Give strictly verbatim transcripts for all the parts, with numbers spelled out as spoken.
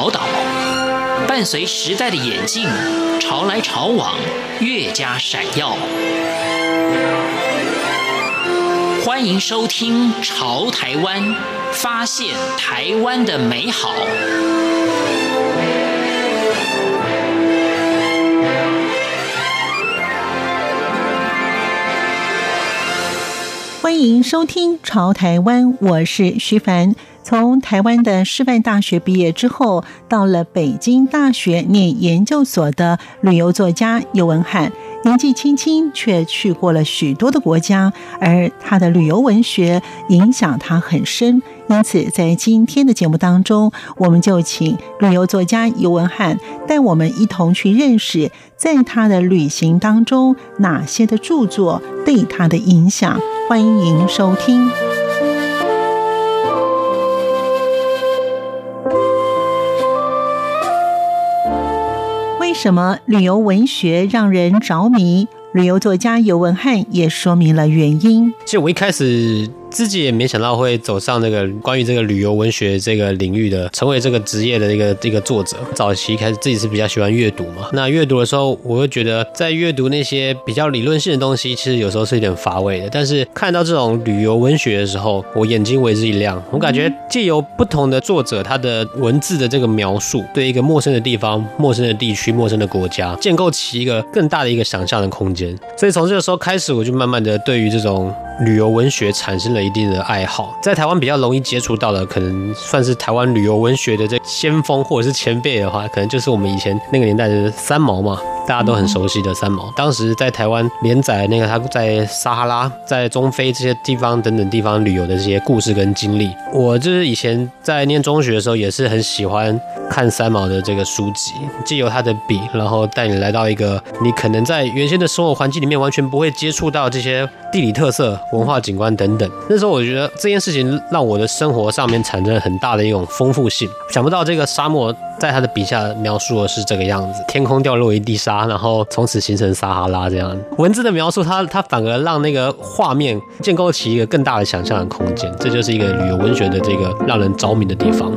宝岛，伴随时代的演进，潮来潮往，越加闪耀。欢迎收听《潮台湾》，发现台湾的美好。 欢迎收听《潮台湾》，我是徐凡。从台湾的师范大学毕业之后，到了北京大学念研究所的旅游作家游文翰，年纪轻轻却去过了许多的国家，而他的旅游文学影响他很深。因此在今天的节目当中，我们就请旅游作家游文翰带我们一同去认识在他的旅行当中哪些的著作对他的影响。欢迎收听。为什么旅游文学让人着迷？旅游作家游文翰也说明了原因。 其实我一开始自己也没想到会走上这个关于这个旅游文学这个领域的，成为这个职业的一个一个作者。早期开始自己是比较喜欢阅读嘛，那阅读的时候，我会觉得在阅读那些比较理论性的东西，其实有时候是有点乏味的。但是看到这种旅游文学的时候，我眼睛为之一亮。我感觉藉由不同的作者他的文字的这个描述，对一个陌生的地方、陌生的地区、陌生的国家，建构起一个更大的一个想象的空间。所以从这个时候开始，我就慢慢的对于这种旅游文学产生了一定的爱好。在台湾比较容易接触到的，可能算是台湾旅游文学的这先锋或者是前辈的话，可能就是我们以前那个年代的三毛嘛，大家都很熟悉的三毛。当时在台湾连载那个他在撒哈拉、在中非这些地方等等地方旅游的这些故事跟经历，我就是以前在念中学的时候也是很喜欢看三毛的这个书籍，藉由他的笔，然后带你来到一个你可能在原先的生活环境里面完全不会接触到这些地理特色、文化景观等等。那时候我觉得这件事情让我的生活上面产生了很大的一种丰富性。想不到这个沙漠在他的笔下描述的是这个样子，天空掉落一地沙，然后从此形成撒哈拉这样。文字的描述它它反而让那个画面建构起一个更大的想象的空间，这就是一个旅游文学的这个让人着迷的地方。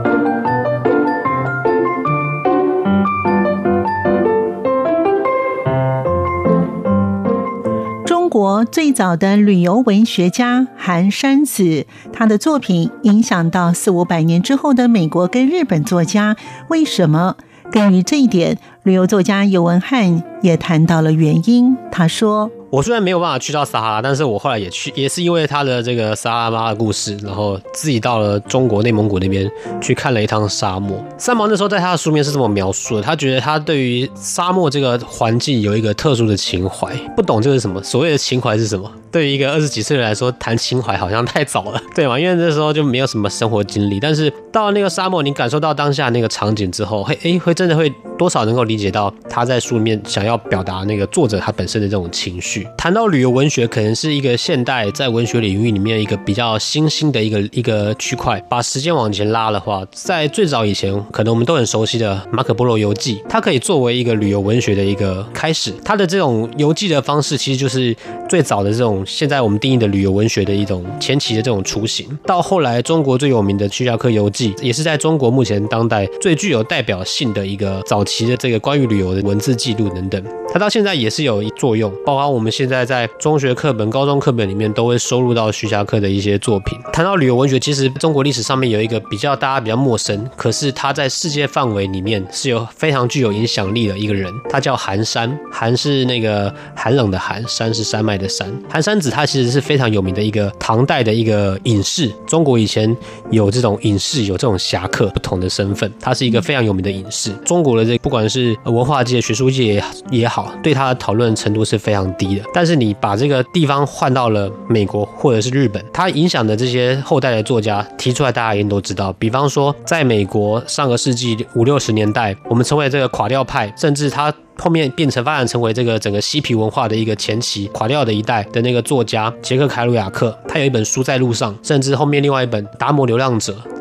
中国最早的旅游文学家韩山子，他的作品影响到四五百年之后的美国跟日本作家。为什么？根于这一点，旅游作家游文翰也谈到了原因。他说， 我虽然没有办法去到撒哈拉，但是我后来也去，也是因为他的这个撒哈拉的故事，然后自己到了中国内蒙古那边去看了一趟沙漠。三毛那时候在他的书面是这么描述的，他觉得他对于沙漠这个环境有一个特殊的情怀。不懂这是什么，所谓的情怀是什么？对于一个二十几岁的人来说，谈情怀好像太早了，对吗？因为那时候就没有什么生活经历。但是到了那个沙漠，你感受到当下那个场景之后，会诶会真的会多少能够理解到他在书里面想要表达那个作者他本身的这种情绪。谈到旅游文学，可能是一个现代在文学领域里面一个比较新兴的一个一个区块。把时间往前拉的话，在最早以前，可能我们都很熟悉的马可波罗游记，它可以作为一个旅游文学的一个开始。它的这种游记的方式，其实就是最早的这种现在我们定义的旅游文学的一种前期的这种雏形。到后来，中国最有名的徐霞客游记，也是在中国目前当代最具有代表性的一个早期的这个关于旅游的文字记录等等。它到现在也是有作用，包括我们现在在中学课本、高中课本里面都会收录到徐霞客的一些作品。谈到旅游文学，其实中国历史上面有一个比较大家比较陌生，可是他在世界范围里面是有非常具有影响力的一个人，他叫寒山。寒是那个寒冷的寒，山是山脉的山。寒山子他其实是非常有名的一个唐代的一个隐士。中国以前有这种隐士，有这种侠客不同的身份，他是一个非常有名的隐士。中国的这不管是文化界、学术界也好，对他的讨论程度是非常低的。但是你把这个地方换到了美国或者是日本，他影响的这些后代的作家提出来，大家一定都知道。比方说，在美国上个世纪五六十年代，我们称为这个垮掉派，甚至他后面变成发展成为这个整个嬉皮文化的一个前期垮掉的一代的那个作家杰克凯鲁亚克，他有一本书在路上，甚至后面另外一本达摩流浪者，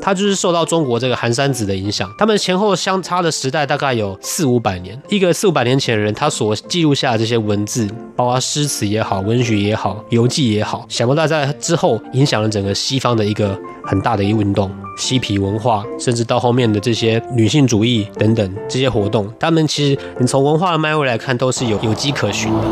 它就是受到中国这个寒山子的影响，他们前后相差的时代大概有四五百年。一个四五百年前的人，他所记录下的这些文字，包括诗词也好，文学也好，游记也好，想不到在之后影响了整个西方的一个很大的一个运动，嬉皮文化，甚至到后面的这些女性主义等等这些活动，他们其实你从文化的脉络来看，都是有有迹可循的。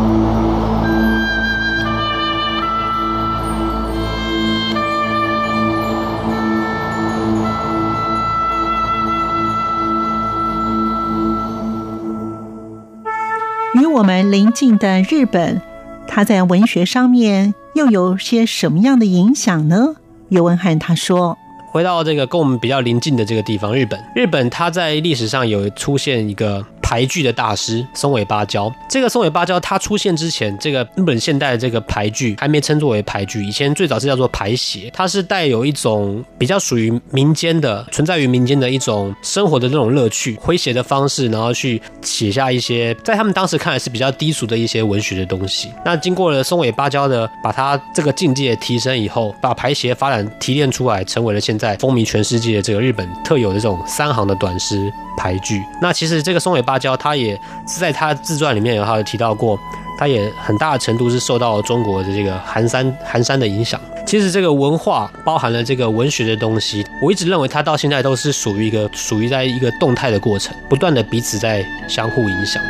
与我们邻近的日本，它在文学上面又有些什么样的影响呢？尤文翰他说， 回到这个跟我们比较邻近的这个地方，日本，日本它在历史上有出现一个俳句的大师松尾芭蕉。这个松尾芭蕉他出现之前，这个日本现代的这个俳句还没称作为俳句，以前最早是叫做俳写，它是带有一种比较属于民间的，存在于民间的一种生活的这种乐趣，诙谐的方式，然后去写下一些在他们当时看来是比较低俗的一些文学的东西。那经过了松尾芭蕉的把他这个境界提升以后，把俳写发展提炼出来，成为了现在风靡全世界的这个日本特有的这种三行的短诗俳句。那其实这个松尾芭蕉他也是在他自传里面有他有提到过，他也很大的程度是受到中国的这个寒山寒山的影响。其实这个文化包含了这个文学的东西，我一直认为它到现在都是属于一个属于在一个动态的过程，不断的彼此在相互影响。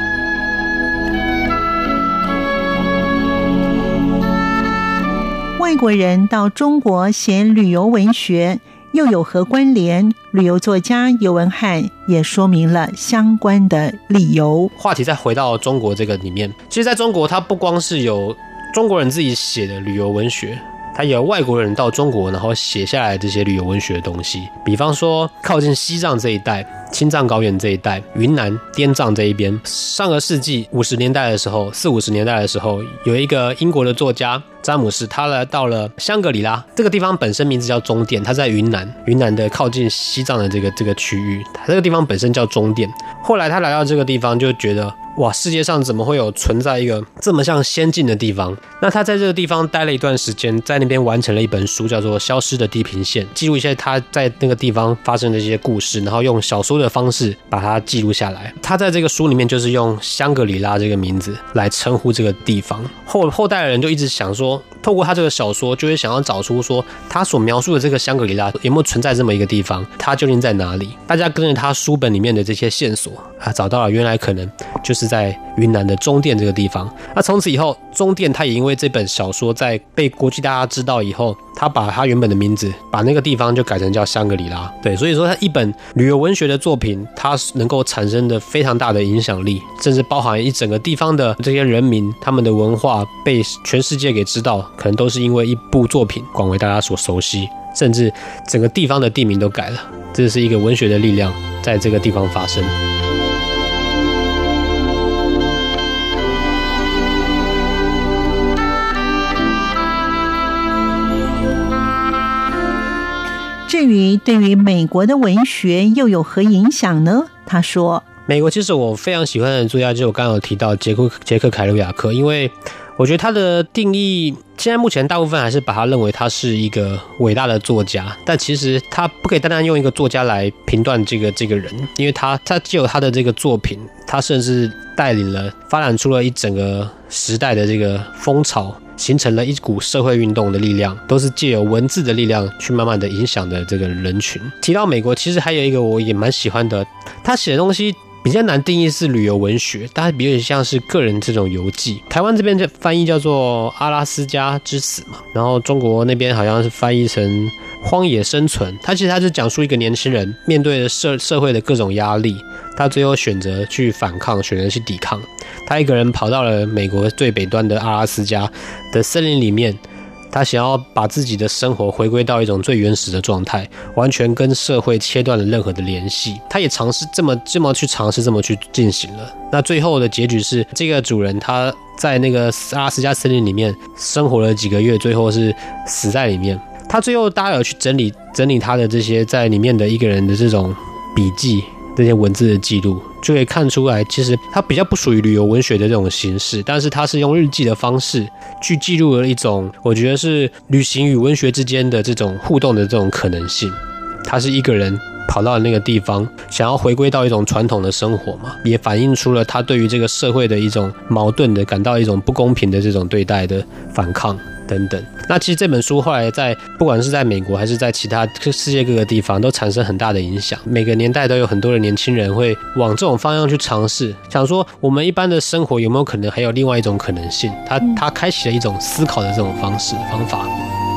外国人到中国写旅游文学又有何关联？旅游作家尤文翰也说明了相关的理由。 话题再回到中国这个里面，其实在中国它不光是有中国人自己写的旅游文学，它也有外国人到中国然后写下来这些旅游文学的东西。比方说靠近西藏这一带，青藏高原这一带，云南滇藏这一边，上个世纪五十年代的时候，四五十年代的时候，有一个英国的作家詹姆士，他来到了香格里拉这个地方，本身名字叫中甸，他在云南，云南的靠近西藏的这个这个区域，他这个地方本身叫中甸。后来他来到这个地方，就觉得哇，世界上怎么会有存在一个这么像仙境的地方？那他在这个地方待了一段时间，在那边完成了一本书，叫做《消失的地平线》，记录一些他在那个地方发生的一些故事，然后用小说的方式把它记录下来。他在这个书里面就是用香格里拉这个名字来称呼这个地方。后后代的人就一直想说，透过他这个小说，就会想要找出说他所描述的这个香格里拉有没有存在这么一个地方，它究竟在哪里？大家跟着他书本里面的这些线索啊，找到了原来可能就是在云南的中甸这个地方。那从此以后，中甸他也因为这本小说在被国际大家知道以后，他把他原本的名字，把那个地方就改成叫香格里拉。对，所以说他一本旅游文学的作品，它能够产生的非常大的影响力，甚至包含一整个地方的这些人民，他们的文化被全世界给知道，可能都是因为一部作品广为大家所熟悉，甚至整个地方的地名都改了。这是一个文学的力量在这个地方发生。 至于对于美国的文学又有何影响呢？他说， 美国其实我非常喜欢的作家就是我刚刚有提到杰克杰克凯鲁亚克，因为我觉得他的定义现在目前大部分还是把他认为他是一个伟大的作家，但其实他不可以单单用一个作家来评断这个这个人，因为他他藉由他的这个作品，他甚至带领了发展出了一整个时代的这个风潮，形成了一股社会运动的力量，都是借由文字的力量去慢慢的影响的这个人群。提到美国，其实还有一个我也蛮喜欢的，他写的东西比较难定义是旅游文学，但它比较像是个人这种游记。台湾这边的翻译叫做阿拉斯加之死嘛，然后中国那边好像是翻译成荒野生存。它其实它是讲述一个年轻人面对了社社会的各种压力，他最后选择去反抗，选择去抵抗。他一个人跑到了美国最北端的阿拉斯加的森林里面，他想要把自己的生活回归到一种最原始的状态，完全跟社会切断了任何的联系。他也尝试这么这么去尝试这么去进行了。那最后的结局是，这个主人他在那个阿拉斯加森林里面生活了几个月，最后是死在里面。他最后大家有去整理整理他的这些在里面的一个人的这种笔记， 这些文字的记录，就可以看出来，其实它比较不属于旅游文学的这种形式，但是它是用日记的方式去记录了一种，我觉得是旅行与文学之间的这种互动的这种可能性。他是一个人跑到那个地方，想要回归到一种传统的生活嘛，也反映出了他对于这个社会的一种矛盾的、感到一种不公平的这种对待的反抗等等。那其实这本书后来在不管是在美国还是在其他世界各个地方都产生很大的影响，每个年代都有很多的年轻人会往这种方向去尝试，想说我们一般的生活有没有可能还有另外一种可能性，他他开启了一种思考的这种方式方法。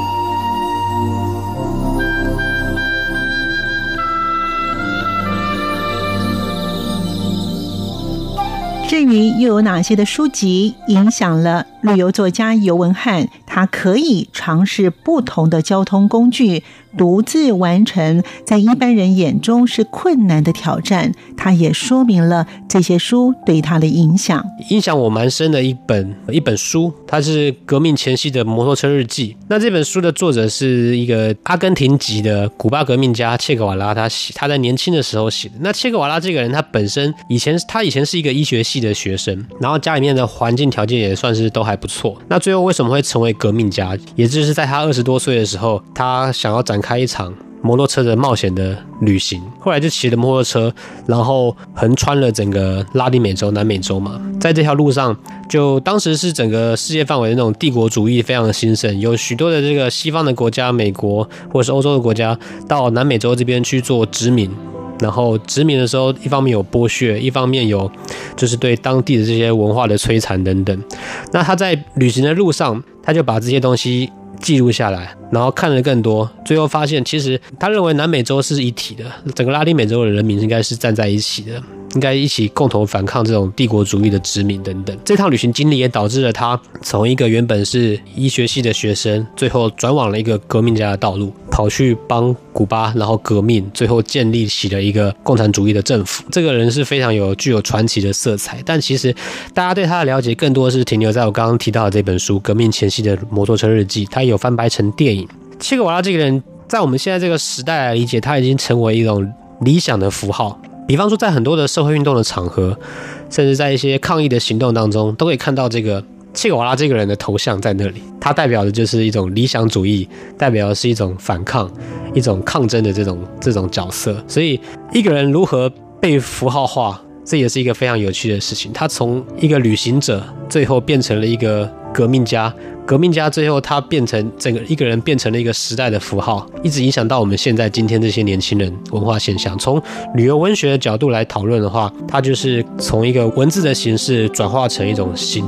至于又有哪些的书籍影响了旅游作家尤文汉，他可以尝试不同的交通工具，独自完成在一般人眼中是困难的挑战，他也说明了这些书对他的影响。 影响我蛮深的一本一本书，它是革命前夕的摩托车日记。那这本书的作者是一个阿根廷籍的古巴革命家切格瓦拉，他他在年轻的时候写的。那切格瓦拉这个人，他本身以前他以前是一个医学系的学生，然后家里面的环境条件也算是都还不错。那最后为什么会成为革命家？也就是在他二十多岁的时候，他想要展开一场摩托车的冒险的旅行，后来就骑了摩托车，然后横穿了整个拉丁美洲、南美洲嘛。在这条路上，就当时是整个世界范围的那种帝国主义非常的兴盛，有许多的这个西方的国家，美国或者是欧洲的国家，到南美洲这边去做殖民。然后殖民的时候，一方面有剥削，一方面有就是对当地的这些文化的摧残等等。那他在旅行的路上，他就把这些东西记录下来，然后看了更多，最后发现其实他认为南美洲是一体的，整个拉丁美洲的人民应该是站在一起的，应该一起共同反抗这种帝国主义的殖民等等。这趟旅行经历也导致了他从一个原本是医学系的学生，最后转往了一个革命家的道路，跑去帮古巴然后革命，最后建立起了一个共产主义的政府。这个人是非常有具有传奇的色彩，但其实大家对他的了解更多是停留在我刚刚提到的这本书《革命前夕的摩托车日记》，他有翻拍成电影。切格瓦拉这个人在我们现在这个时代来理解，他已经成为一种理想的符号。比方说在很多的社会运动的场合，甚至在一些抗议的行动当中，都可以看到这个切格瓦拉这个人的头像在那里。他代表的就是一种理想主义，代表的是一种反抗，一种抗争的这种这种角色。所以一个人如何被符号化，这也是一个非常有趣的事情。他从一个旅行者，最后变成了一个革命家，革命家最后他变成整个一个人变成了一个时代的符号，一直影响到我们现在今天这些年轻人文化现象。从旅游文学的角度来讨论的话，它就是从一个文字的形式转化成一种心。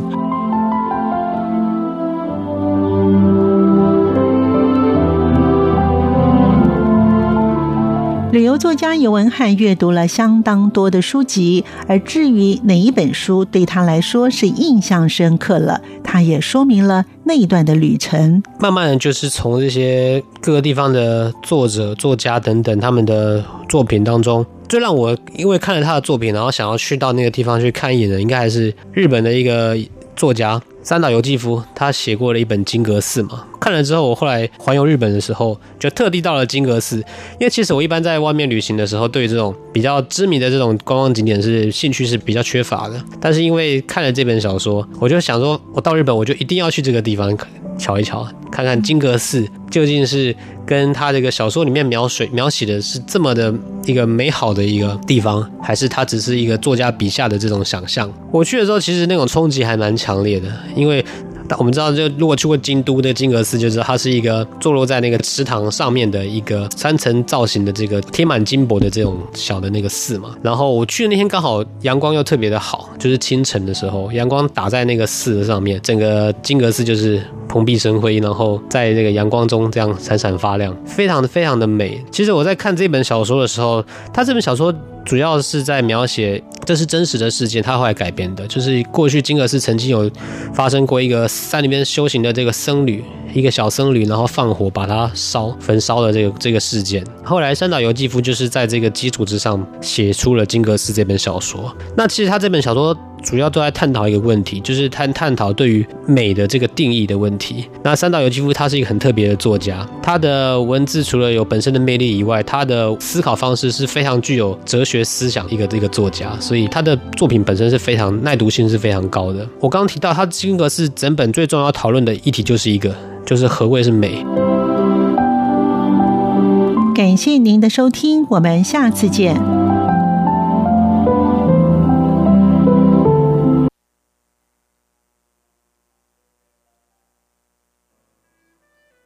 旅游作家尤文汉阅读了相当多的书籍，而至于哪一本书对他来说是印象深刻了，他也说明了那一段的旅程。 慢慢的就是从这些各个地方的作者、作家等等他们的作品当中，最让我因为看了他的作品，然后想要去到那个地方去看一眼的，应该还是日本的一个作家三岛由纪夫，他写过了一本金阁寺嘛。看了之后，我后来环游日本的时候，就特地到了金阁寺，因为其实我一般在外面旅行的时候，对于这种比较知名的这种观光景点是兴趣是比较缺乏的。但是因为看了这本小说，我就想说，我到日本我就一定要去这个地方瞧一瞧，看看金阁寺究竟是跟他这个小说里面描水描写的是这么的一个美好的一个地方，还是它只是一个作家笔下的这种想象。我去的时候，其实那种冲击还蛮强烈的，因为我们知道，就如果去过京都的金阁寺，就知道它是一个坐落在那个池塘上面的一个三层造型的这个贴满金箔的这种小的那个寺嘛。然后我去的那天刚好阳光又特别的好，就是清晨的时候，阳光打在那个寺的上面，整个金阁寺就是蓬荜生辉，然后在这个阳光中这样闪闪发亮，非常的非常的美。其实我在看这本小说的时候，它这本小说主要是在描写这是真实的事件，它后来改编的，就是过去金阁寺曾经有发生过一个山里面修行的这个僧侣，一个小僧侣，然后放火把它烧焚烧的这个这个事件。后来三岛由纪夫就是在这个基础之上写出了金阁寺这本小说。那其实他这本小说主要都在探讨一个问题，就是探探讨对于美的这个定义的问题。那三岛由纪夫他是一个很特别的作家，他的文字除了有本身的魅力以外，他的思考方式是非常具有哲学思想一个这个作家，所以他的作品本身是非常耐读性是非常高的。我刚刚提到他金格是整本最重要讨论的议题就是一个，就是何谓是美。 感谢您的收听，我们下次见。